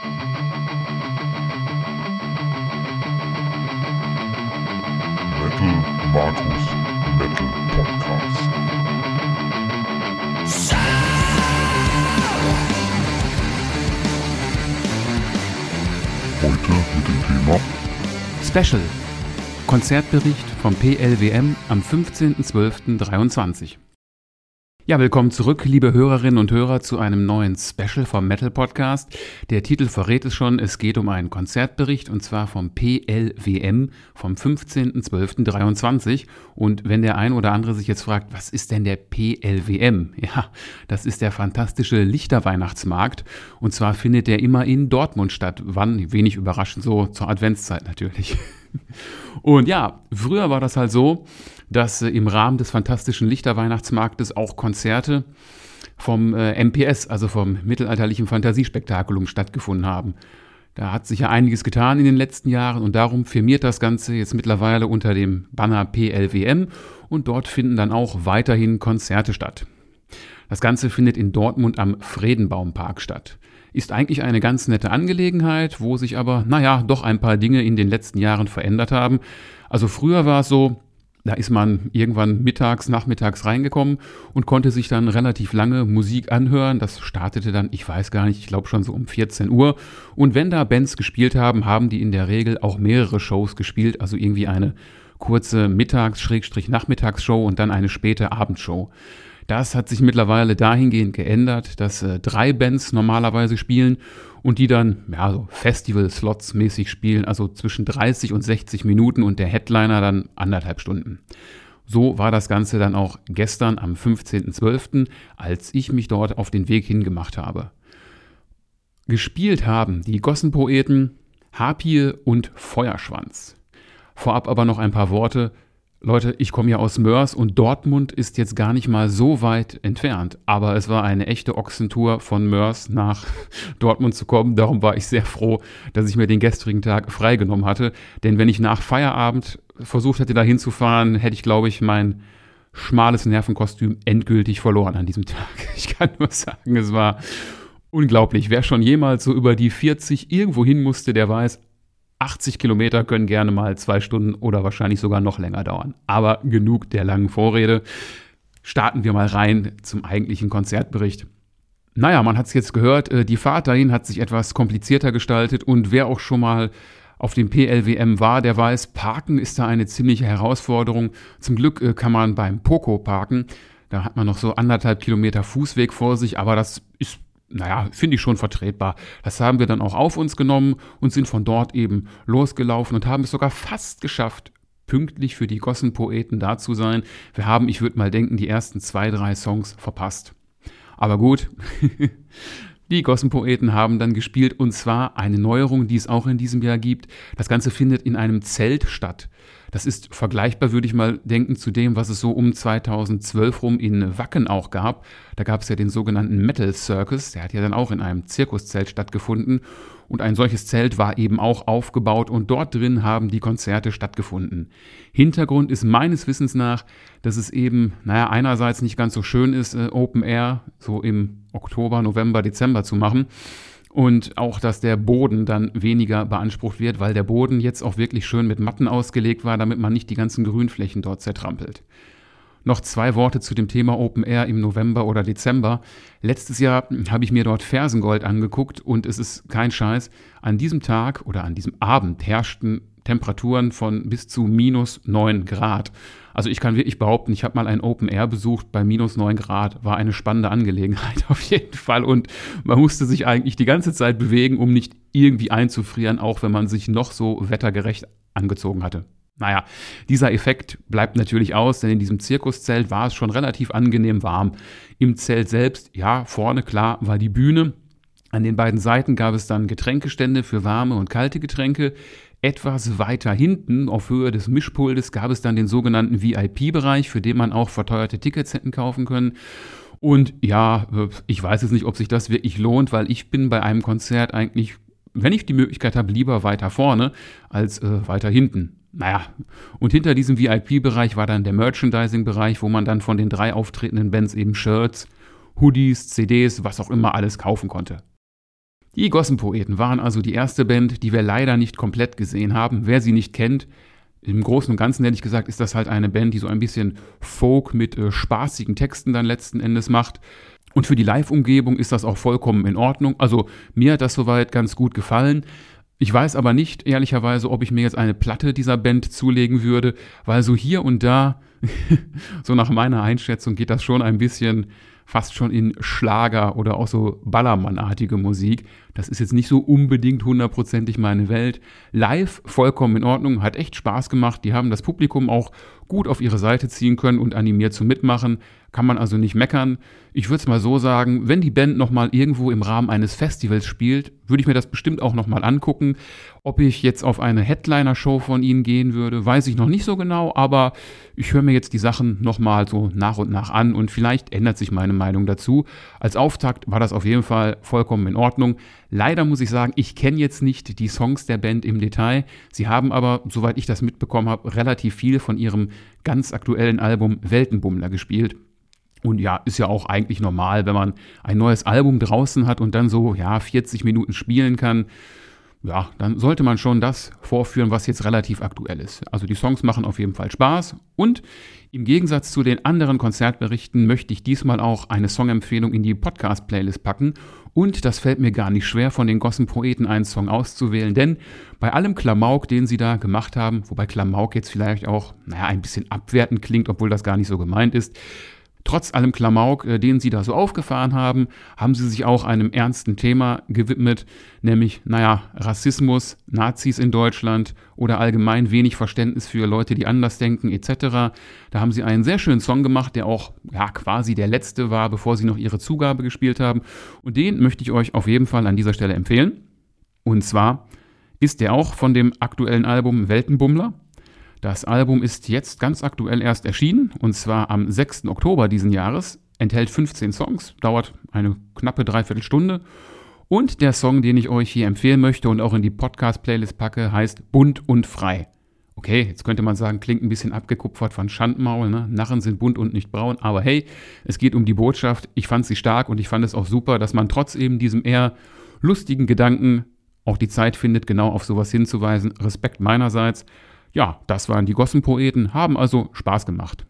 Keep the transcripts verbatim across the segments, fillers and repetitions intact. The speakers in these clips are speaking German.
Metal Markus Metal Podcast. Heute mit dem Thema Special. Konzertbericht vom P L W M am fünfzehnten zwölften dreiundzwanzig. Ja, willkommen zurück, liebe Hörerinnen und Hörer, zu einem neuen Special vom Metal Podcast. Der Titel verrät es schon, es geht um einen Konzertbericht und zwar vom P L W M vom fünfzehnten zwölften dreiundzwanzig. Und wenn der ein oder andere sich jetzt fragt, was ist denn der P L W M? Ja, das ist der fantastische Lichterweihnachtsmarkt und zwar findet der immer in Dortmund statt. Wann? Wenig überraschend, so zur Adventszeit natürlich. Und ja, früher war das halt so, dass äh, im Rahmen des fantastischen Lichterweihnachtsmarktes auch Konzerte vom äh, M P S, also vom mittelalterlichen Fantasiespektakulum, stattgefunden haben. Da hat sich ja einiges getan in den letzten Jahren und darum firmiert das Ganze jetzt mittlerweile unter dem Banner P L W M und dort finden dann auch weiterhin Konzerte statt. Das Ganze findet in Dortmund am Fredenbaumpark statt. Ist eigentlich eine ganz nette Angelegenheit, wo sich aber, naja, doch ein paar Dinge in den letzten Jahren verändert haben. Also früher war es so, da ist man irgendwann mittags, nachmittags reingekommen und konnte sich dann relativ lange Musik anhören. Das startete dann, ich weiß gar nicht, ich glaube schon so um vierzehn Uhr. Und wenn da Bands gespielt haben, haben die in der Regel auch mehrere Shows gespielt, also irgendwie eine kurze Mittags-Nachmittagsshow und dann eine späte Abendshow. Das hat sich mittlerweile dahingehend geändert, dass äh, drei Bands normalerweise spielen und die dann ja, so Festival-Slots mäßig spielen, also zwischen dreißig und sechzig Minuten und der Headliner dann anderthalb Stunden. So war das Ganze dann auch gestern am fünfzehnten zwölften, als ich mich dort auf den Weg hingemacht habe. Gespielt haben die Gossenpoeten, Harpie und Feuerschwanz. Vorab aber noch ein paar Worte. Leute, ich komme ja aus Mörs und Dortmund ist jetzt gar nicht mal so weit entfernt, aber es war eine echte Ochsentour von Mörs nach Dortmund zu kommen. Darum war ich sehr froh, dass ich mir den gestrigen Tag freigenommen hatte, denn wenn ich nach Feierabend versucht hätte, da hinzufahren, hätte ich, glaube ich, mein schmales Nervenkostüm endgültig verloren an diesem Tag. Ich kann nur sagen, es war unglaublich. Wer schon jemals so über die vierzig irgendwo hin musste, der weiß, achtzig Kilometer können gerne mal zwei Stunden oder wahrscheinlich sogar noch länger dauern. Aber genug der langen Vorrede. Starten wir mal rein zum eigentlichen Konzertbericht. Naja, man hat es jetzt gehört, die Fahrt dahin hat sich etwas komplizierter gestaltet und wer auch schon mal auf dem P L W M war, der weiß, Parken ist da eine ziemliche Herausforderung. Zum Glück kann man beim Poco parken. Da hat man noch so anderthalb Kilometer Fußweg vor sich, aber das ist Naja, finde ich schon vertretbar. Das haben wir dann auch auf uns genommen und sind von dort eben losgelaufen und haben es sogar fast geschafft, pünktlich für die Gossenpoeten da zu sein. Wir haben, ich würde mal denken, die ersten zwei, drei Songs verpasst. Aber gut, die Gossenpoeten haben dann gespielt und zwar eine Neuerung, die es auch in diesem Jahr gibt. Das Ganze findet in einem Zelt statt. Das ist vergleichbar, würde ich mal denken, zu dem, was es so um zweitausendzwölf rum in Wacken auch gab. Da gab es ja den sogenannten Metal Circus, der hat ja dann auch in einem Zirkuszelt stattgefunden. Und ein solches Zelt war eben auch aufgebaut und dort drin haben die Konzerte stattgefunden. Hintergrund ist meines Wissens nach, dass es eben, naja, einerseits nicht ganz so schön ist, äh, Open Air so im Oktober, November, Dezember zu machen. Und auch, dass der Boden dann weniger beansprucht wird, weil der Boden jetzt auch wirklich schön mit Matten ausgelegt war, damit man nicht die ganzen Grünflächen dort zertrampelt. Noch zwei Worte zu dem Thema Open Air im November oder Dezember. Letztes Jahr habe ich mir dort Fersengold angeguckt und es ist kein Scheiß. An diesem Tag oder an diesem Abend herrschten Temperaturen von bis zu minus neun Grad. Also ich kann wirklich behaupten, ich habe mal ein Open Air besucht bei minus neun Grad. War eine spannende Angelegenheit auf jeden Fall. Und man musste sich eigentlich die ganze Zeit bewegen, um nicht irgendwie einzufrieren, auch wenn man sich noch so wettergerecht angezogen hatte. Naja, dieser Effekt bleibt natürlich aus, denn in diesem Zirkuszelt war es schon relativ angenehm warm. Im Zelt selbst, ja, vorne klar war die Bühne. An den beiden Seiten gab es dann Getränkestände für warme und kalte Getränke. Etwas weiter hinten, auf Höhe des Mischpultes, gab es dann den sogenannten V I P-Bereich, für den man auch verteuerte Tickets hätten kaufen können. Und ja, ich weiß jetzt nicht, ob sich das wirklich lohnt, weil ich bin bei einem Konzert eigentlich, wenn ich die Möglichkeit habe, lieber weiter vorne als äh, weiter hinten. Naja, und hinter diesem V I P-Bereich war dann der Merchandising-Bereich, wo man dann von den drei auftretenden Bands eben Shirts, Hoodies, C Ds, was auch immer alles kaufen konnte. Die Gossenpoeten waren also die erste Band, die wir leider nicht komplett gesehen haben. Wer sie nicht kennt, im Großen und Ganzen, ehrlich gesagt, ist das halt eine Band, die so ein bisschen Folk mit äh, spaßigen Texten dann letzten Endes macht. Und für die Live-Umgebung ist das auch vollkommen in Ordnung. Also mir hat das soweit ganz gut gefallen. Ich weiß aber nicht, ehrlicherweise, ob ich mir jetzt eine Platte dieser Band zulegen würde, weil so hier und da, so nach meiner Einschätzung, geht das schon ein bisschen fast schon in Schlager oder auch so Ballermann-artige Musik. Das ist jetzt nicht so unbedingt hundertprozentig meine Welt. Live vollkommen in Ordnung, hat echt Spaß gemacht. Die haben das Publikum auch gut auf ihre Seite ziehen können und animiert zum Mitmachen. Kann man also nicht meckern. Ich würde es mal so sagen, wenn die Band nochmal irgendwo im Rahmen eines Festivals spielt, würde ich mir das bestimmt auch nochmal angucken. Ob ich jetzt auf eine Headliner-Show von ihnen gehen würde, weiß ich noch nicht so genau, aber ich höre mir jetzt die Sachen nochmal so nach und nach an und vielleicht ändert sich meine Meinung dazu. Als Auftakt war das auf jeden Fall vollkommen in Ordnung. Leider muss ich sagen, ich kenne jetzt nicht die Songs der Band im Detail. Sie haben aber, soweit ich das mitbekommen habe, relativ viel von ihrem ganz aktuellen Album Weltenbummler gespielt. Und ja, ist ja auch eigentlich normal, wenn man ein neues Album draußen hat und dann so, ja, vierzig Minuten spielen kann. Ja, dann sollte man schon das vorführen, was jetzt relativ aktuell ist. Also die Songs machen auf jeden Fall Spaß. Und im Gegensatz zu den anderen Konzertberichten möchte ich diesmal auch eine Songempfehlung in die Podcast-Playlist packen. Und das fällt mir gar nicht schwer, von den Gossenpoeten einen Song auszuwählen. Denn bei allem Klamauk, den sie da gemacht haben, wobei Klamauk jetzt vielleicht auch, naja, ein bisschen abwertend klingt, obwohl das gar nicht so gemeint ist, trotz allem Klamauk, den sie da so aufgefahren haben, haben sie sich auch einem ernsten Thema gewidmet, nämlich, naja, Rassismus, Nazis in Deutschland oder allgemein wenig Verständnis für Leute, die anders denken, et cetera. Da haben sie einen sehr schönen Song gemacht, der auch ja quasi der letzte war, bevor sie noch ihre Zugabe gespielt haben. Und den möchte ich euch auf jeden Fall an dieser Stelle empfehlen. Und zwar ist der auch von dem aktuellen Album Weltenbummler. Das Album ist jetzt ganz aktuell erst erschienen, und zwar am sechsten Oktober diesen Jahres, enthält fünfzehn Songs, dauert eine knappe Dreiviertelstunde. Und der Song, den ich euch hier empfehlen möchte und auch in die Podcast-Playlist packe, heißt Bunt und Frei. Okay, jetzt könnte man sagen, klingt ein bisschen abgekupfert von Schandmaul, ne? Narren sind bunt und nicht braun, aber hey, es geht um die Botschaft. Ich fand sie stark und ich fand es auch super, dass man trotz eben diesem eher lustigen Gedanken auch die Zeit findet, genau auf sowas hinzuweisen. Respekt meinerseits. Ja, das waren die Gossenpoeten, haben also Spaß gemacht.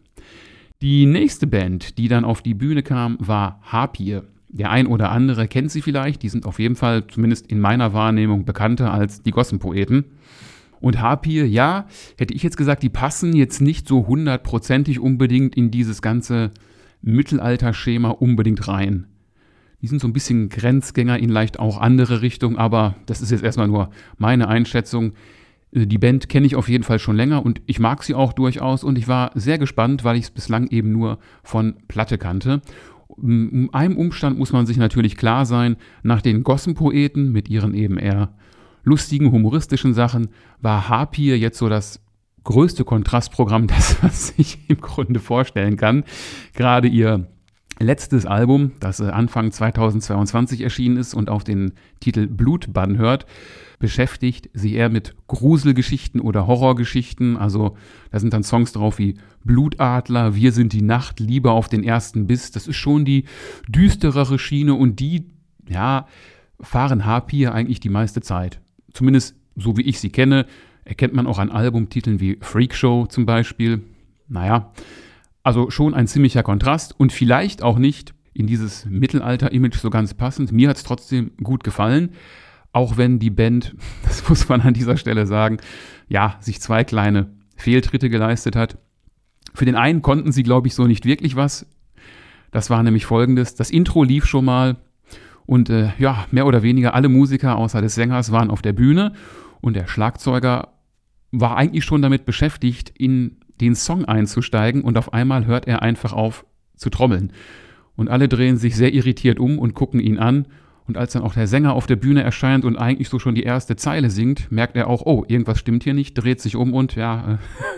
Die nächste Band, die dann auf die Bühne kam, war Harpier. Der ein oder andere kennt sie vielleicht, die sind auf jeden Fall zumindest in meiner Wahrnehmung bekannter als die Gossenpoeten. Und Harpier, ja, hätte ich jetzt gesagt, die passen jetzt nicht so hundertprozentig unbedingt in dieses ganze Mittelalterschema unbedingt rein. Die sind so ein bisschen Grenzgänger in leicht auch andere Richtungen, aber das ist jetzt erstmal nur meine Einschätzung. Die Band kenne ich auf jeden Fall schon länger und ich mag sie auch durchaus und ich war sehr gespannt, weil ich es bislang eben nur von Platte kannte. Um einem Umstand muss man sich natürlich klar sein, nach den Gossenpoeten mit ihren eben eher lustigen, humoristischen Sachen war Harpier jetzt so das größte Kontrastprogramm, das man sich im Grunde vorstellen kann. Gerade ihr letztes Album, das Anfang zweitausendzweiundzwanzig erschienen ist und auf den Titel Blutbann hört, beschäftigt sich eher mit Gruselgeschichten oder Horrorgeschichten. Also da sind dann Songs drauf wie Blutadler, Wir sind die Nacht, Liebe auf den ersten Biss. Das ist schon die düsterere Schiene und die, ja, fahren Harpier eigentlich die meiste Zeit. Zumindest so wie ich sie kenne, erkennt man auch an Albumtiteln wie Freakshow zum Beispiel. Naja, also schon ein ziemlicher Kontrast und vielleicht auch nicht in dieses Mittelalter-Image so ganz passend. Mir hat es trotzdem gut gefallen. Auch wenn die Band, das muss man an dieser Stelle sagen, ja, sich zwei kleine Fehltritte geleistet hat. Für den einen konnten sie, glaube ich, so nicht wirklich was. Das war nämlich folgendes: Das Intro lief schon mal und äh, ja, mehr oder weniger alle Musiker außer des Sängers waren auf der Bühne und der Schlagzeuger war eigentlich schon damit beschäftigt, in den Song einzusteigen und auf einmal hört er einfach auf zu trommeln. Und alle drehen sich sehr irritiert um und gucken ihn an. Und als dann auch der Sänger auf der Bühne erscheint und eigentlich so schon die erste Zeile singt, merkt er auch, oh, irgendwas stimmt hier nicht, dreht sich um und ja,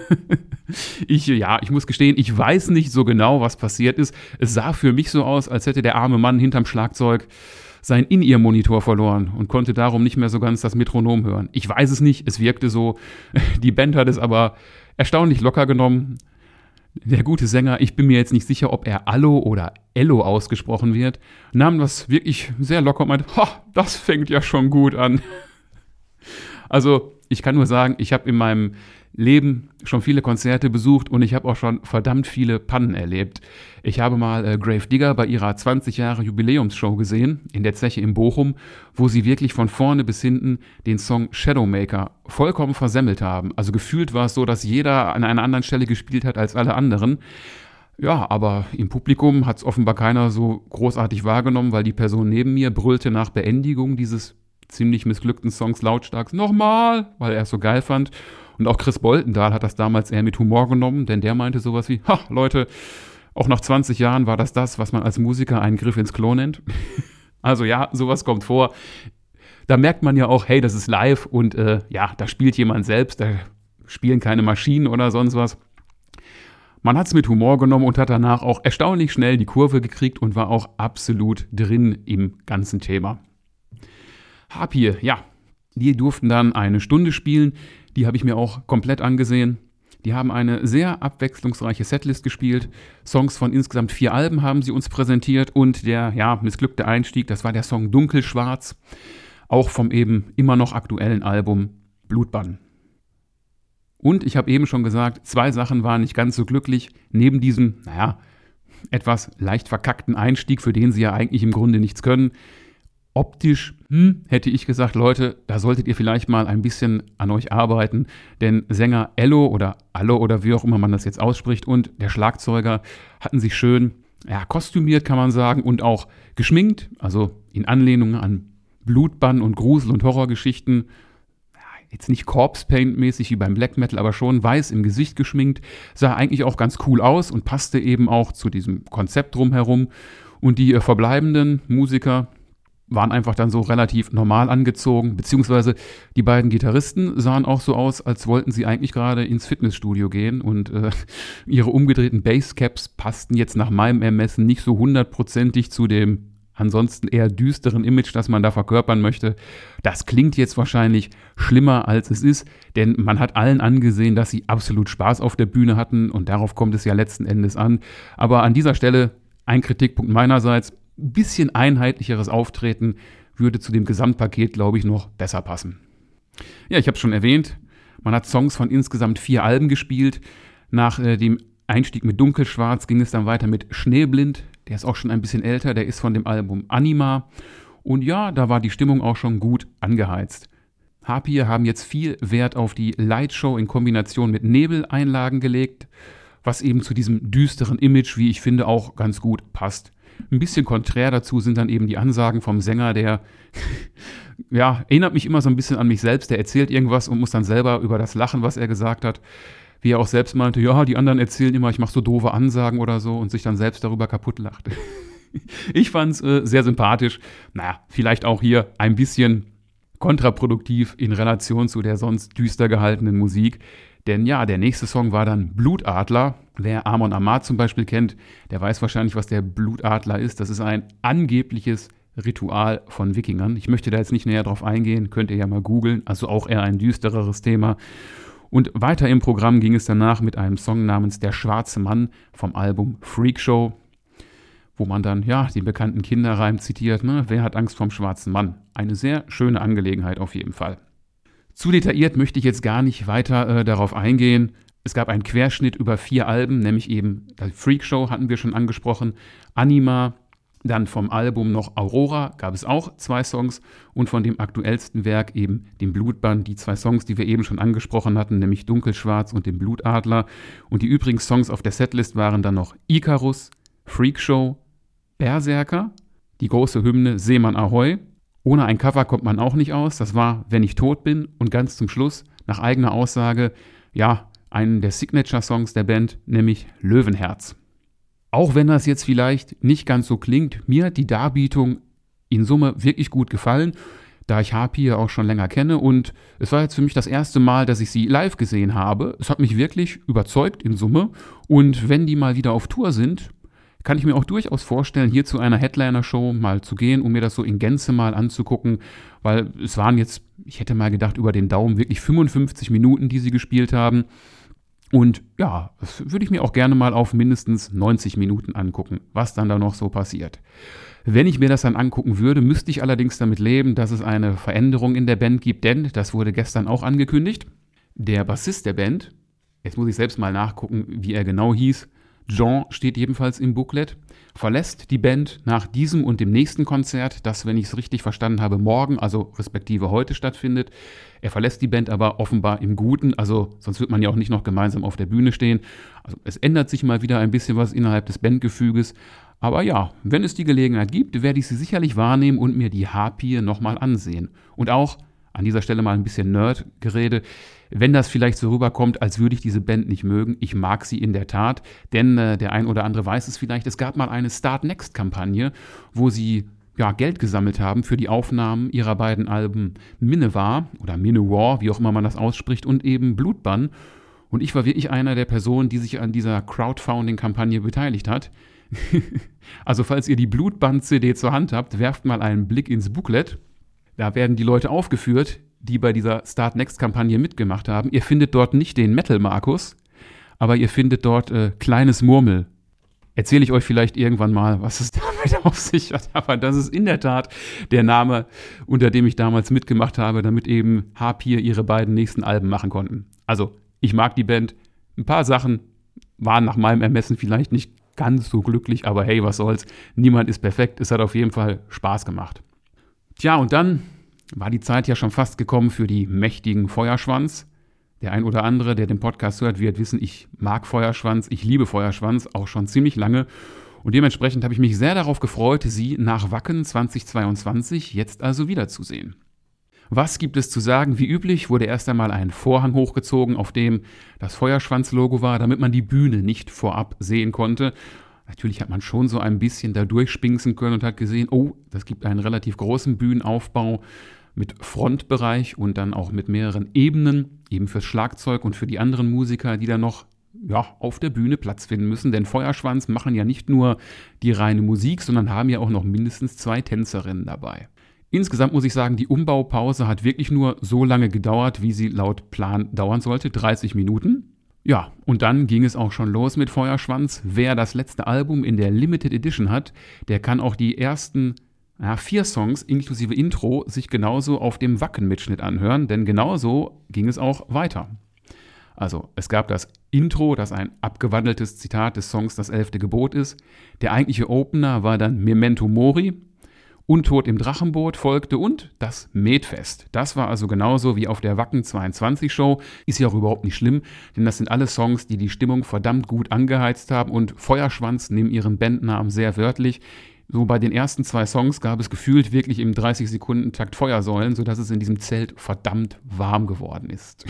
ich, ja, ich muss gestehen, ich weiß nicht so genau, was passiert ist. Es sah für mich so aus, als hätte der arme Mann hinterm Schlagzeug seinen In-Ear-Monitor verloren und konnte darum nicht mehr so ganz das Metronom hören. Ich weiß es nicht, es wirkte so. Die Band hat es aber erstaunlich locker genommen. Der gute Sänger, ich bin mir jetzt nicht sicher, ob er Allo oder Ello ausgesprochen wird, nahm das wirklich sehr locker und meinte, ha, das fängt ja schon gut an. Also ich kann nur sagen, ich habe in meinem Leben schon viele Konzerte besucht und ich habe auch schon verdammt viele Pannen erlebt. Ich habe mal äh, Grave Digger bei ihrer zwanzig Jahre Jubiläumsshow gesehen, in der Zeche in Bochum, wo sie wirklich von vorne bis hinten den Song Shadowmaker vollkommen versemmelt haben. Also gefühlt war es so, dass jeder an einer anderen Stelle gespielt hat als alle anderen. Ja, aber im Publikum hat es offenbar keiner so großartig wahrgenommen, weil die Person neben mir brüllte nach Beendigung dieses ziemlich missglückten Songs lautstark nochmal, weil er es so geil fand. Und auch Chris Boltendahl hat das damals eher mit Humor genommen, denn der meinte sowas wie, ha, Leute, auch nach zwanzig Jahren war das das, was man als Musiker einen Griff ins Klo nennt. Also ja, sowas kommt vor. Da merkt man ja auch, hey, das ist live und äh, ja, da spielt jemand selbst, da spielen keine Maschinen oder sonst was. Man hat es mit Humor genommen und hat danach auch erstaunlich schnell die Kurve gekriegt und war auch absolut drin im ganzen Thema. Harpier, ja, die durften dann eine Stunde spielen. Die habe ich mir auch komplett angesehen. Die haben eine sehr abwechslungsreiche Setlist gespielt. Songs von insgesamt vier Alben haben sie uns präsentiert und der ja, missglückte Einstieg, das war der Song Dunkelschwarz, auch vom eben immer noch aktuellen Album Blutbann. Und ich habe eben schon gesagt, zwei Sachen waren nicht ganz so glücklich. Neben diesem, naja, etwas leicht verkackten Einstieg, für den sie ja eigentlich im Grunde nichts können. Optisch hm, hätte ich gesagt, Leute, da solltet ihr vielleicht mal ein bisschen an euch arbeiten, denn Sänger Ello oder Allo oder wie auch immer man das jetzt ausspricht und der Schlagzeuger hatten sich schön ja, kostümiert, kann man sagen, und auch geschminkt, also in Anlehnung an Blutbann und Grusel- und Horrorgeschichten. Ja, jetzt nicht Corpse-Paint-mäßig wie beim Black Metal, aber schon weiß im Gesicht geschminkt, sah eigentlich auch ganz cool aus und passte eben auch zu diesem Konzept drumherum. Und die äh, verbleibenden Musiker waren einfach dann so relativ normal angezogen, beziehungsweise die beiden Gitarristen sahen auch so aus, als wollten sie eigentlich gerade ins Fitnessstudio gehen und äh, ihre umgedrehten Basscaps passten jetzt nach meinem Ermessen nicht so hundertprozentig zu dem ansonsten eher düsteren Image, das man da verkörpern möchte. Das klingt jetzt wahrscheinlich schlimmer, als es ist, denn man hat allen angesehen, dass sie absolut Spaß auf der Bühne hatten und darauf kommt es ja letzten Endes an. Aber an dieser Stelle ein Kritikpunkt meinerseits, ein bisschen einheitlicheres Auftreten würde zu dem Gesamtpaket, glaube ich, noch besser passen. Ja, ich habe es schon erwähnt, man hat Songs von insgesamt vier Alben gespielt. Nach äh, dem Einstieg mit Dunkelschwarz ging es dann weiter mit Schneeblind. Der ist auch schon ein bisschen älter, der ist von dem Album Anima. Und ja, da war die Stimmung auch schon gut angeheizt. Harpier haben jetzt viel Wert auf die Lightshow in Kombination mit Nebeleinlagen gelegt, was eben zu diesem düsteren Image, wie ich finde, auch ganz gut passt. Ein bisschen konträr dazu sind dann eben die Ansagen vom Sänger, der ja, erinnert mich immer so ein bisschen an mich selbst. Der erzählt irgendwas und muss dann selber über das lachen, was er gesagt hat. Wie er auch selbst meinte, ja, die anderen erzählen immer, ich mache so doofe Ansagen oder so und sich dann selbst darüber kaputt lacht. Ich fand es äh, sehr sympathisch. Naja, vielleicht auch hier ein bisschen kontraproduktiv in Relation zu der sonst düster gehaltenen Musik. Denn ja, der nächste Song war dann Blutadler. Wer Amon Amarth zum Beispiel kennt, der weiß wahrscheinlich, was der Blutadler ist. Das ist ein angebliches Ritual von Wikingern. Ich möchte da jetzt nicht näher drauf eingehen, könnt ihr ja mal googeln. Also auch eher ein düstereres Thema. Und weiter im Programm ging es danach mit einem Song namens Der schwarze Mann vom Album Freakshow, wo man dann, ja, den bekannten Kinderreim zitiert, ne? Wer hat Angst vom schwarzen Mann? Eine sehr schöne Angelegenheit auf jeden Fall. Zu detailliert möchte ich jetzt gar nicht weiter äh, darauf eingehen. Es gab einen Querschnitt über vier Alben, nämlich eben die Freakshow hatten wir schon angesprochen, Anima, dann vom Album noch Aurora gab es auch zwei Songs und von dem aktuellsten Werk eben dem Blutbann, die zwei Songs, die wir eben schon angesprochen hatten, nämlich Dunkelschwarz und den Blutadler. Und die übrigen Songs auf der Setlist waren dann noch Icarus, Freakshow, Berserker, die große Hymne Seemann Ahoi. Ohne ein Cover kommt man auch nicht aus. Das war Wenn ich tot bin und ganz zum Schluss, nach eigener Aussage, ja, einen der Signature-Songs der Band, nämlich Löwenherz. Auch wenn das jetzt vielleicht nicht ganz so klingt, mir hat die Darbietung in Summe wirklich gut gefallen, da ich Harpier auch schon länger kenne und es war jetzt für mich das erste Mal, dass ich sie live gesehen habe. Es hat mich wirklich überzeugt in Summe und wenn die mal wieder auf Tour sind, kann ich mir auch durchaus vorstellen, hier zu einer Headliner-Show mal zu gehen, um mir das so in Gänze mal anzugucken, weil es waren jetzt, ich hätte mal gedacht, über den Daumen wirklich fünfundfünfzig Minuten, die sie gespielt haben. Und ja, das würde ich mir auch gerne mal auf mindestens neunzig Minuten angucken, was dann da noch so passiert. Wenn ich mir das dann angucken würde, müsste ich allerdings damit leben, dass es eine Veränderung in der Band gibt, denn das wurde gestern auch angekündigt. Der Bassist der Band, jetzt muss ich selbst mal nachgucken, wie er genau hieß, Jean steht jedenfalls im Booklet, verlässt die Band nach diesem und dem nächsten Konzert, das, wenn ich es richtig verstanden habe, morgen, also respektive heute stattfindet. Er verlässt die Band aber offenbar im Guten, also sonst wird man ja auch nicht noch gemeinsam auf der Bühne stehen. Also es ändert sich mal wieder ein bisschen was innerhalb des Bandgefüges. Aber ja, wenn es die Gelegenheit gibt, werde ich sie sicherlich wahrnehmen und mir die Harpie nochmal ansehen. Und auch, an dieser Stelle mal ein bisschen Nerd-Gerede, wenn das vielleicht so rüberkommt, als würde ich diese Band nicht mögen, ich mag sie in der Tat, denn äh, der ein oder andere weiß es vielleicht, es gab mal eine Start-Next-Kampagne, wo sie ja, Geld gesammelt haben für die Aufnahmen ihrer beiden Alben Minewar oder Minewar, wie auch immer man das ausspricht, und eben Blutbann. Und ich war wirklich einer der Personen, die sich an dieser Crowdfunding-Kampagne beteiligt hat. Also falls ihr die Blutband-C D zur Hand habt, werft mal einen Blick ins Booklet. Da werden die Leute aufgeführt, die bei dieser Start-Next-Kampagne mitgemacht haben. Ihr findet dort nicht den Metal-Markus, aber ihr findet dort äh, Kleines Murmel. Erzähle ich euch vielleicht irgendwann mal, was es damit auf sich hat. Aber das ist in der Tat der Name, unter dem ich damals mitgemacht habe, damit eben Harpie ihre beiden nächsten Alben machen konnten. Also, ich mag die Band. Ein paar Sachen waren nach meinem Ermessen vielleicht nicht ganz so glücklich, aber hey, was soll's. Niemand ist perfekt. Es hat auf jeden Fall Spaß gemacht. Tja, und dann war die Zeit ja schon fast gekommen für die mächtigen Feuerschwanz. Der ein oder andere, der den Podcast hört, wird wissen, ich mag Feuerschwanz, ich liebe Feuerschwanz, auch schon ziemlich lange. Und dementsprechend habe ich mich sehr darauf gefreut, sie nach Wacken zweitausendzweiundzwanzig jetzt also wiederzusehen. Was gibt es zu sagen? Wie üblich wurde erst einmal ein Vorhang hochgezogen, auf dem das Feuerschwanz-Logo war, damit man die Bühne nicht vorab sehen konnte. Natürlich hat man schon so ein bisschen da durchspinksen können und hat gesehen, oh, das gibt einen relativ großen Bühnenaufbau mit Frontbereich und dann auch mit mehreren Ebenen, eben fürs Schlagzeug und für die anderen Musiker, die dann noch ja, auf der Bühne Platz finden müssen. Denn Feuerschwanz machen ja nicht nur die reine Musik, sondern haben ja auch noch mindestens zwei Tänzerinnen dabei. Insgesamt muss ich sagen, die Umbaupause hat wirklich nur so lange gedauert, wie sie laut Plan dauern sollte, dreißig Minuten. Ja, und dann ging es auch schon los mit Feuerschwanz. Wer das letzte Album in der Limited Edition hat, der kann auch die ersten ja, vier Songs inklusive Intro sich genauso auf dem Wacken-Mitschnitt anhören, denn genauso ging es auch weiter. Also es gab das Intro, das ein abgewandeltes Zitat des Songs Das elfte Gebot ist. Der eigentliche Opener war dann Memento Mori. Untot im Drachenboot folgte und das Metfest. Das war also genauso wie auf der Wacken zweiundzwanzig Show. Ist ja auch überhaupt nicht schlimm, denn das sind alle Songs, die die Stimmung verdammt gut angeheizt haben und Feuerschwanz nehmen ihren Bandnamen sehr wörtlich. So bei den ersten zwei Songs gab es gefühlt wirklich im dreißig-Sekunden-Takt Feuersäulen, sodass es in diesem Zelt verdammt warm geworden ist.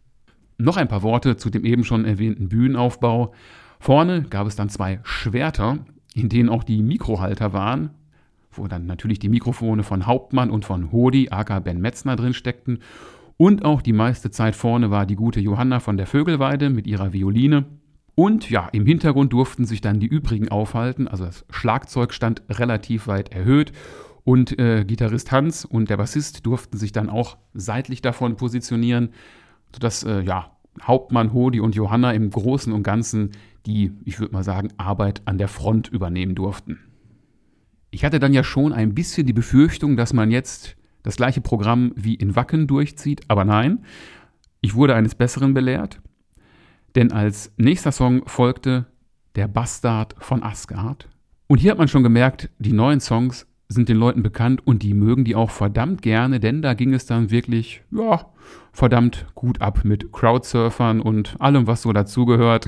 Noch ein paar Worte zu dem eben schon erwähnten Bühnenaufbau. Vorne gab es dann zwei Schwerter, in denen auch die Mikrohalter waren, wo dann natürlich die Mikrofone von Hauptmann und von Hodi, aka Ben Metzner, drin steckten. Und auch die meiste Zeit vorne war die gute Johanna von der Vögelweide mit ihrer Violine. Und ja, im Hintergrund durften sich dann die übrigen aufhalten. Also das Schlagzeug stand relativ weit erhöht. Und äh, Gitarrist Hans und der Bassist durften sich dann auch seitlich davon positionieren, sodass äh, ja, Hauptmann, Hodi und Johanna im Großen und Ganzen die, ich würde mal sagen, Arbeit an der Front übernehmen durften. Ich hatte dann ja schon ein bisschen die Befürchtung, dass man jetzt das gleiche Programm wie in Wacken durchzieht, aber nein, ich wurde eines Besseren belehrt, denn als nächster Song folgte Der Bastard von Asgard. Und hier hat man schon gemerkt, die neuen Songs sind den Leuten bekannt und die mögen die auch verdammt gerne, denn da ging es dann wirklich, ja, verdammt gut ab mit Crowdsurfern und allem, was so dazugehört.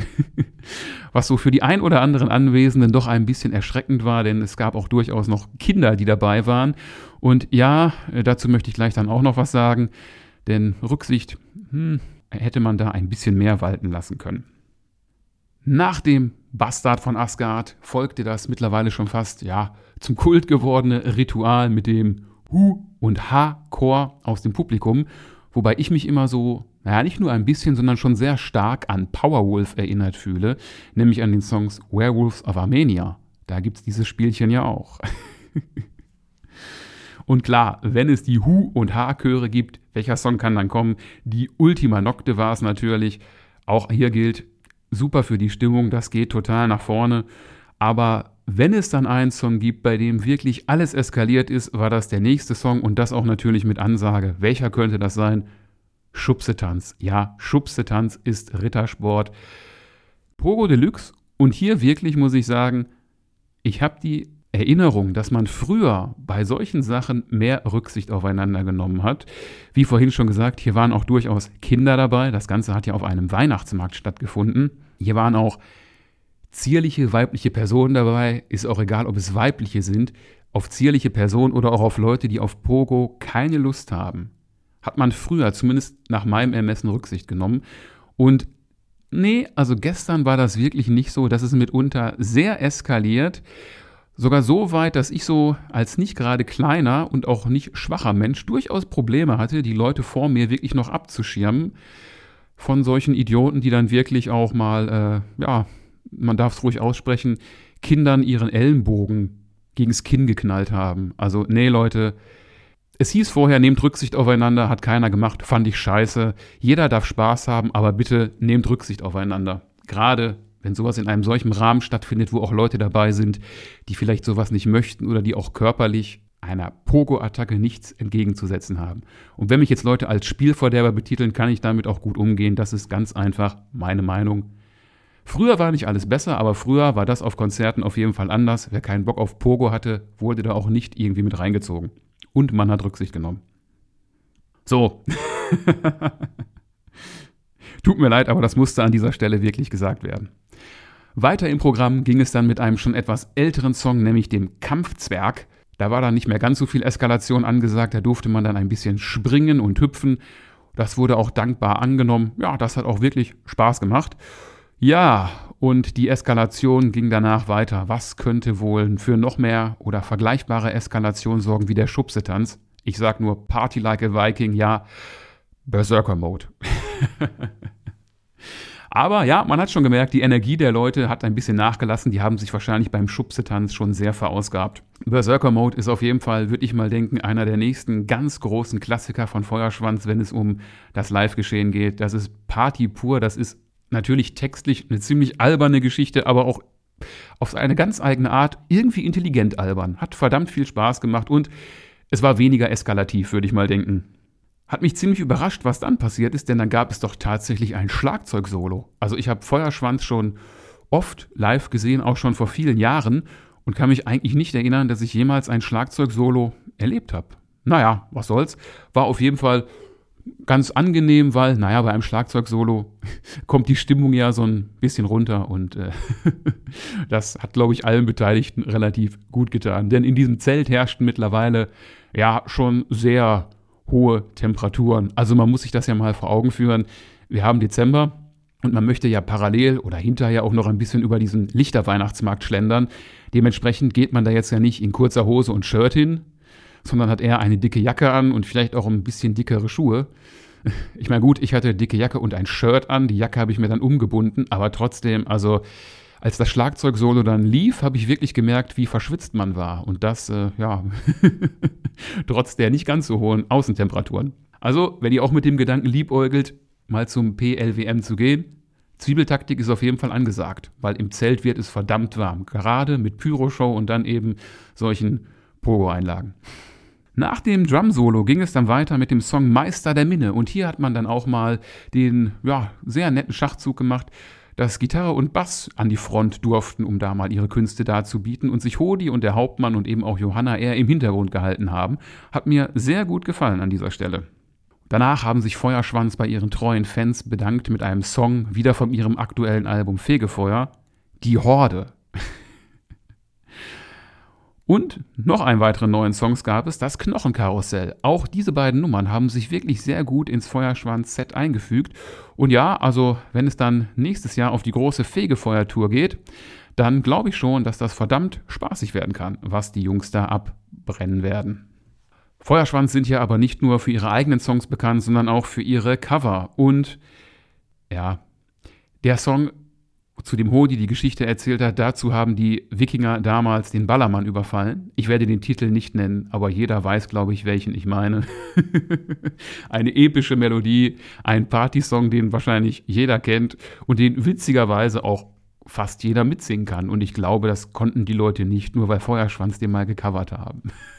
Was so für die ein oder anderen Anwesenden doch ein bisschen erschreckend war, denn es gab auch durchaus noch Kinder, die dabei waren. Und ja, dazu möchte ich gleich dann auch noch was sagen, denn Rücksicht hm, hätte man da ein bisschen mehr walten lassen können. Nach dem Bastard von Asgard folgte das mittlerweile schon fast, ja, zum Kult gewordene Ritual mit dem Hu- und Ha-Chor aus dem Publikum, wobei ich mich immer so, naja, nicht nur ein bisschen, sondern schon sehr stark an Powerwolf erinnert fühle, nämlich an den Songs Werewolves of Armenia. Da gibt es dieses Spielchen ja auch. Und klar, wenn es die Hu- und Ha-Chöre gibt, welcher Song kann dann kommen? Die Ultima Nocte war es natürlich. Auch hier gilt, super für die Stimmung, das geht total nach vorne. Aber wenn es dann einen Song gibt, bei dem wirklich alles eskaliert ist, war das der nächste Song und das auch natürlich mit Ansage. Welcher könnte das sein? Schubsetanz. Ja, Schubsetanz ist Rittersport. Pogo Deluxe. Und hier wirklich muss ich sagen, ich habe die Erinnerung, dass man früher bei solchen Sachen mehr Rücksicht aufeinander genommen hat. Wie vorhin schon gesagt, hier waren auch durchaus Kinder dabei. Das Ganze hat ja auf einem Weihnachtsmarkt stattgefunden. Hier waren auch zierliche weibliche Personen dabei. Ist auch egal, ob es weibliche sind. Auf zierliche Personen oder auch auf Leute, die auf Pogo keine Lust haben, hat man früher zumindest nach meinem Ermessen Rücksicht genommen. Und nee, also gestern war das wirklich nicht so. Das ist mitunter sehr eskaliert. Sogar so weit, dass ich so als nicht gerade kleiner und auch nicht schwacher Mensch durchaus Probleme hatte, die Leute vor mir wirklich noch abzuschirmen von solchen Idioten, die dann wirklich auch mal, äh, ja, man darf es ruhig aussprechen, Kindern ihren Ellenbogen gegens Kinn geknallt haben. Also nee, Leute, es hieß vorher, nehmt Rücksicht aufeinander, hat keiner gemacht, fand ich scheiße. Jeder darf Spaß haben, aber bitte nehmt Rücksicht aufeinander. Gerade wenn sowas in einem solchen Rahmen stattfindet, wo auch Leute dabei sind, die vielleicht sowas nicht möchten oder die auch körperlich einer Pogo-Attacke nichts entgegenzusetzen haben. Und wenn mich jetzt Leute als Spielverderber betiteln, kann ich damit auch gut umgehen. Das ist ganz einfach meine Meinung. Früher war nicht alles besser, aber früher war das auf Konzerten auf jeden Fall anders. Wer keinen Bock auf Pogo hatte, wurde da auch nicht irgendwie mit reingezogen. Und man hat Rücksicht genommen. So. Tut mir leid, aber das musste an dieser Stelle wirklich gesagt werden. Weiter im Programm ging es dann mit einem schon etwas älteren Song, nämlich dem Kampfzwerg. Da war dann nicht mehr ganz so viel Eskalation angesagt, da durfte man dann ein bisschen springen und hüpfen. Das wurde auch dankbar angenommen. Ja, das hat auch wirklich Spaß gemacht. Ja, und die Eskalation ging danach weiter. Was könnte wohl für noch mehr oder vergleichbare Eskalation sorgen wie der Schubsetanz? Ich sag nur Party like a Viking, ja, Berserker-Mode. Aber ja, man hat schon gemerkt, die Energie der Leute hat ein bisschen nachgelassen. Die haben sich wahrscheinlich beim Schubsetanz schon sehr verausgabt. Berserker-Mode ist auf jeden Fall, würde ich mal denken, einer der nächsten ganz großen Klassiker von Feuerschwanz, wenn es um das Live-Geschehen geht. Das ist Party pur, das ist natürlich textlich eine ziemlich alberne Geschichte, aber auch auf eine ganz eigene Art irgendwie intelligent albern. Hat verdammt viel Spaß gemacht und es war weniger eskalativ, würde ich mal denken. Hat mich ziemlich überrascht, was dann passiert ist, denn dann gab es doch tatsächlich ein Schlagzeugsolo. Also ich habe Feuerschwanz schon oft live gesehen, auch schon vor vielen Jahren und kann mich eigentlich nicht erinnern, dass ich jemals ein Schlagzeugsolo erlebt habe. Naja, was soll's. War auf jeden Fall ganz angenehm, weil, naja, bei einem Schlagzeugsolo kommt die Stimmung ja so ein bisschen runter und äh, das hat, glaube ich, allen Beteiligten relativ gut getan. Denn in diesem Zelt herrschten mittlerweile ja schon sehr hohe Temperaturen. Also man muss sich das ja mal vor Augen führen. Wir haben Dezember und man möchte ja parallel oder hinterher auch noch ein bisschen über diesen Lichterweihnachtsmarkt schlendern. Dementsprechend geht man da jetzt ja nicht in kurzer Hose und Shirt hin, sondern hat eher eine dicke Jacke an und vielleicht auch ein bisschen dickere Schuhe. Ich meine, gut, ich hatte eine dicke Jacke und ein Shirt an. Die Jacke habe ich mir dann umgebunden, aber trotzdem, also als das Schlagzeugsolo dann lief, habe ich wirklich gemerkt, wie verschwitzt man war. Und das, äh, ja, trotz der nicht ganz so hohen Außentemperaturen. Also, wenn ihr auch mit dem Gedanken liebäugelt, mal zum P L W M zu gehen, Zwiebeltaktik ist auf jeden Fall angesagt, weil im Zelt wird es verdammt warm. Gerade mit Pyroshow und dann eben solchen Pogo-Einlagen. Nach dem Drum-Solo ging es dann weiter mit dem Song Meister der Minne. Und hier hat man dann auch mal den, ja, sehr netten Schachzug gemacht, dass Gitarre und Bass an die Front durften, um da mal ihre Künste darzubieten und sich Hodi und der Hauptmann und eben auch Johanna eher im Hintergrund gehalten haben. Hat mir sehr gut gefallen an dieser Stelle. Danach haben sich Feuerschwanz bei ihren treuen Fans bedankt mit einem Song, wieder von ihrem aktuellen Album Fegefeuer, Die Horde. Und noch einen weiteren neuen Songs gab es, das Knochenkarussell. Auch diese beiden Nummern haben sich wirklich sehr gut ins Feuerschwanz-Set eingefügt. Und ja, also wenn es dann nächstes Jahr auf die große Fegefeuer-Tour geht, dann glaube ich schon, dass das verdammt spaßig werden kann, was die Jungs da abbrennen werden. Feuerschwanz sind ja aber nicht nur für ihre eigenen Songs bekannt, sondern auch für ihre Cover. Und ja, der Song zu dem Hodi die Geschichte erzählt hat, dazu haben die Wikinger damals den Ballermann überfallen. Ich werde den Titel nicht nennen, aber jeder weiß, glaube ich, welchen ich meine. Eine epische Melodie, ein Partysong, den wahrscheinlich jeder kennt und den witzigerweise auch fast jeder mitsingen kann. Und ich glaube, das konnten die Leute nicht, nur weil Feuerschwanz den mal gecovert haben.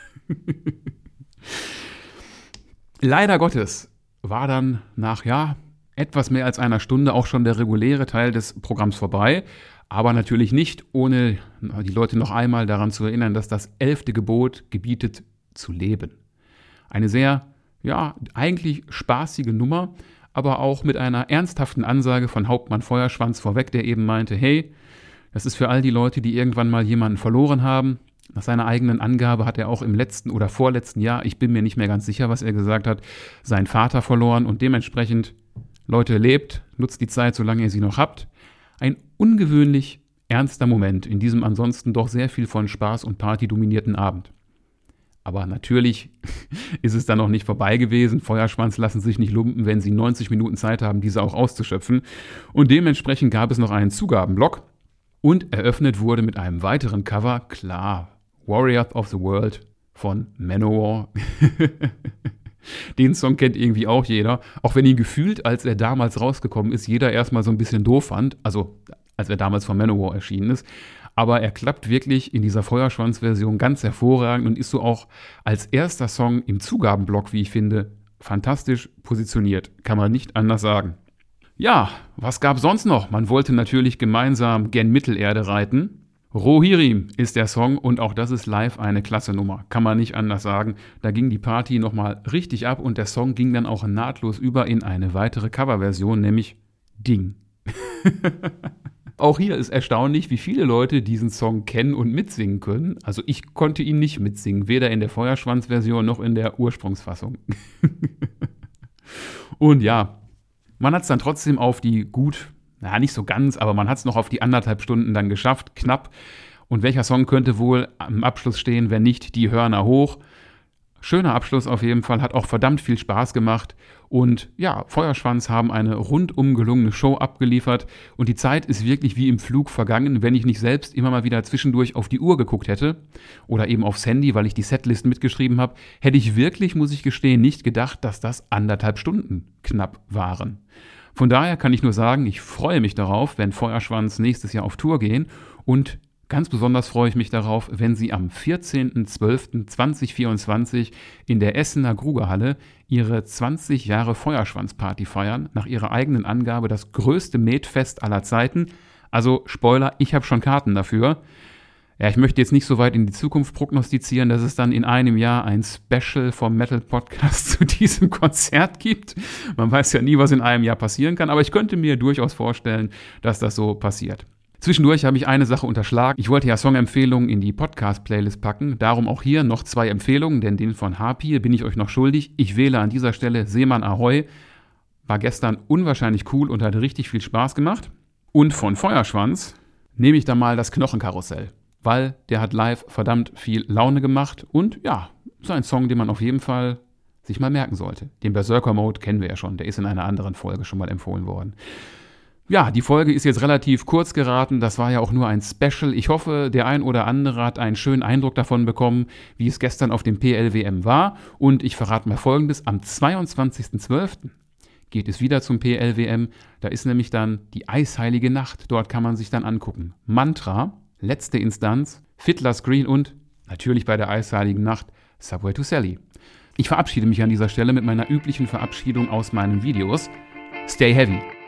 Leider Gottes war dann nach, ja, etwas mehr als einer Stunde auch schon der reguläre Teil des Programms vorbei, aber natürlich nicht, ohne die Leute noch einmal daran zu erinnern, dass das elfte Gebot gebietet zu leben. Eine sehr, ja, eigentlich spaßige Nummer, aber auch mit einer ernsthaften Ansage von Hauptmann Feuerschwanz vorweg, der eben meinte, hey, das ist für all die Leute, die irgendwann mal jemanden verloren haben. Nach seiner eigenen Angabe hat er auch im letzten oder vorletzten Jahr, ich bin mir nicht mehr ganz sicher, was er gesagt hat, seinen Vater verloren und dementsprechend, Leute, lebt, nutzt die Zeit, solange ihr sie noch habt. Ein ungewöhnlich ernster Moment in diesem ansonsten doch sehr viel von Spaß und Party dominierten Abend. Aber natürlich ist es dann noch nicht vorbei gewesen. Feuerschwanz lassen sich nicht lumpen, wenn sie neunzig Minuten Zeit haben, diese auch auszuschöpfen. Und dementsprechend gab es noch einen Zugabenblock. Und eröffnet wurde mit einem weiteren Cover, klar, Warriors of the World von Manowar. Den Song kennt irgendwie auch jeder, auch wenn ihn gefühlt, als er damals rausgekommen ist, jeder erstmal so ein bisschen doof fand, also als er damals von Manowar erschienen ist. Aber er klappt wirklich in dieser Feuerschwanz-Version ganz hervorragend und ist so auch als erster Song im Zugabenblock, wie ich finde, fantastisch positioniert. Kann man nicht anders sagen. Ja, was gab sonst noch? Man wollte natürlich gemeinsam gen Mittelerde reiten. Rohirrim ist der Song und auch das ist live eine klasse Nummer. Kann man nicht anders sagen. Da ging die Party nochmal richtig ab und der Song ging dann auch nahtlos über in eine weitere Coverversion, nämlich Ding. Auch hier ist erstaunlich, wie viele Leute diesen Song kennen und mitsingen können. Also ich konnte ihn nicht mitsingen, weder in der Feuerschwanz-Version noch in der Ursprungsfassung. Und ja, man hat es dann trotzdem auf die gut, na nicht so ganz, aber man hat es noch auf die anderthalb Stunden dann geschafft, knapp. Und welcher Song könnte wohl am Abschluss stehen, wenn nicht die Hörner hoch? Schöner Abschluss auf jeden Fall, hat auch verdammt viel Spaß gemacht. Und ja, Feuerschwanz haben eine rundum gelungene Show abgeliefert. Und die Zeit ist wirklich wie im Flug vergangen, wenn ich nicht selbst immer mal wieder zwischendurch auf die Uhr geguckt hätte. Oder eben aufs Handy, weil ich die Setlist mitgeschrieben habe. Hätte ich wirklich, muss ich gestehen, nicht gedacht, dass das anderthalb Stunden knapp waren. Von daher kann ich nur sagen, ich freue mich darauf, wenn Feuerschwanz nächstes Jahr auf Tour gehen. Und ganz besonders freue ich mich darauf, wenn sie am vierzehnten zwölften zweitausendvierundzwanzig in der Essener Grugerhalle ihre zwanzig Jahre Feuerschwanz-Party feiern. Nach ihrer eigenen Angabe das größte Metfest aller Zeiten. Also Spoiler, ich habe schon Karten dafür. Ja, ich möchte jetzt nicht so weit in die Zukunft prognostizieren, dass es dann in einem Jahr ein Special vom Metal Podcast zu diesem Konzert gibt. Man weiß ja nie, was in einem Jahr passieren kann, aber ich könnte mir durchaus vorstellen, dass das so passiert. Zwischendurch habe ich eine Sache unterschlagen. Ich wollte ja Songempfehlungen in die Podcast-Playlist packen. Darum auch hier noch zwei Empfehlungen, denn den von Harpy bin ich euch noch schuldig. Ich wähle an dieser Stelle Seemann Ahoi. War gestern unwahrscheinlich cool und hat richtig viel Spaß gemacht. Und von Feuerschwanz nehme ich da mal das Knochenkarussell, weil der hat live verdammt viel Laune gemacht. Und ja, so ein Song, den man auf jeden Fall sich mal merken sollte. Den Berserker-Mode kennen wir ja schon. Der ist in einer anderen Folge schon mal empfohlen worden. Ja, die Folge ist jetzt relativ kurz geraten, das war ja auch nur ein Special. Ich hoffe, der ein oder andere hat einen schönen Eindruck davon bekommen, wie es gestern auf dem P L W M war. Und ich verrate mal Folgendes, am zweiundzwanzigsten zwölften geht es wieder zum P L W M. Da ist nämlich dann die Eisheilige Nacht, dort kann man sich dann angucken. Mantra, Letzte Instanz, Fiddler's Green und natürlich bei der Eisheiligen Nacht Subway to Sally. Ich verabschiede mich an dieser Stelle mit meiner üblichen Verabschiedung aus meinen Videos. Stay heavy!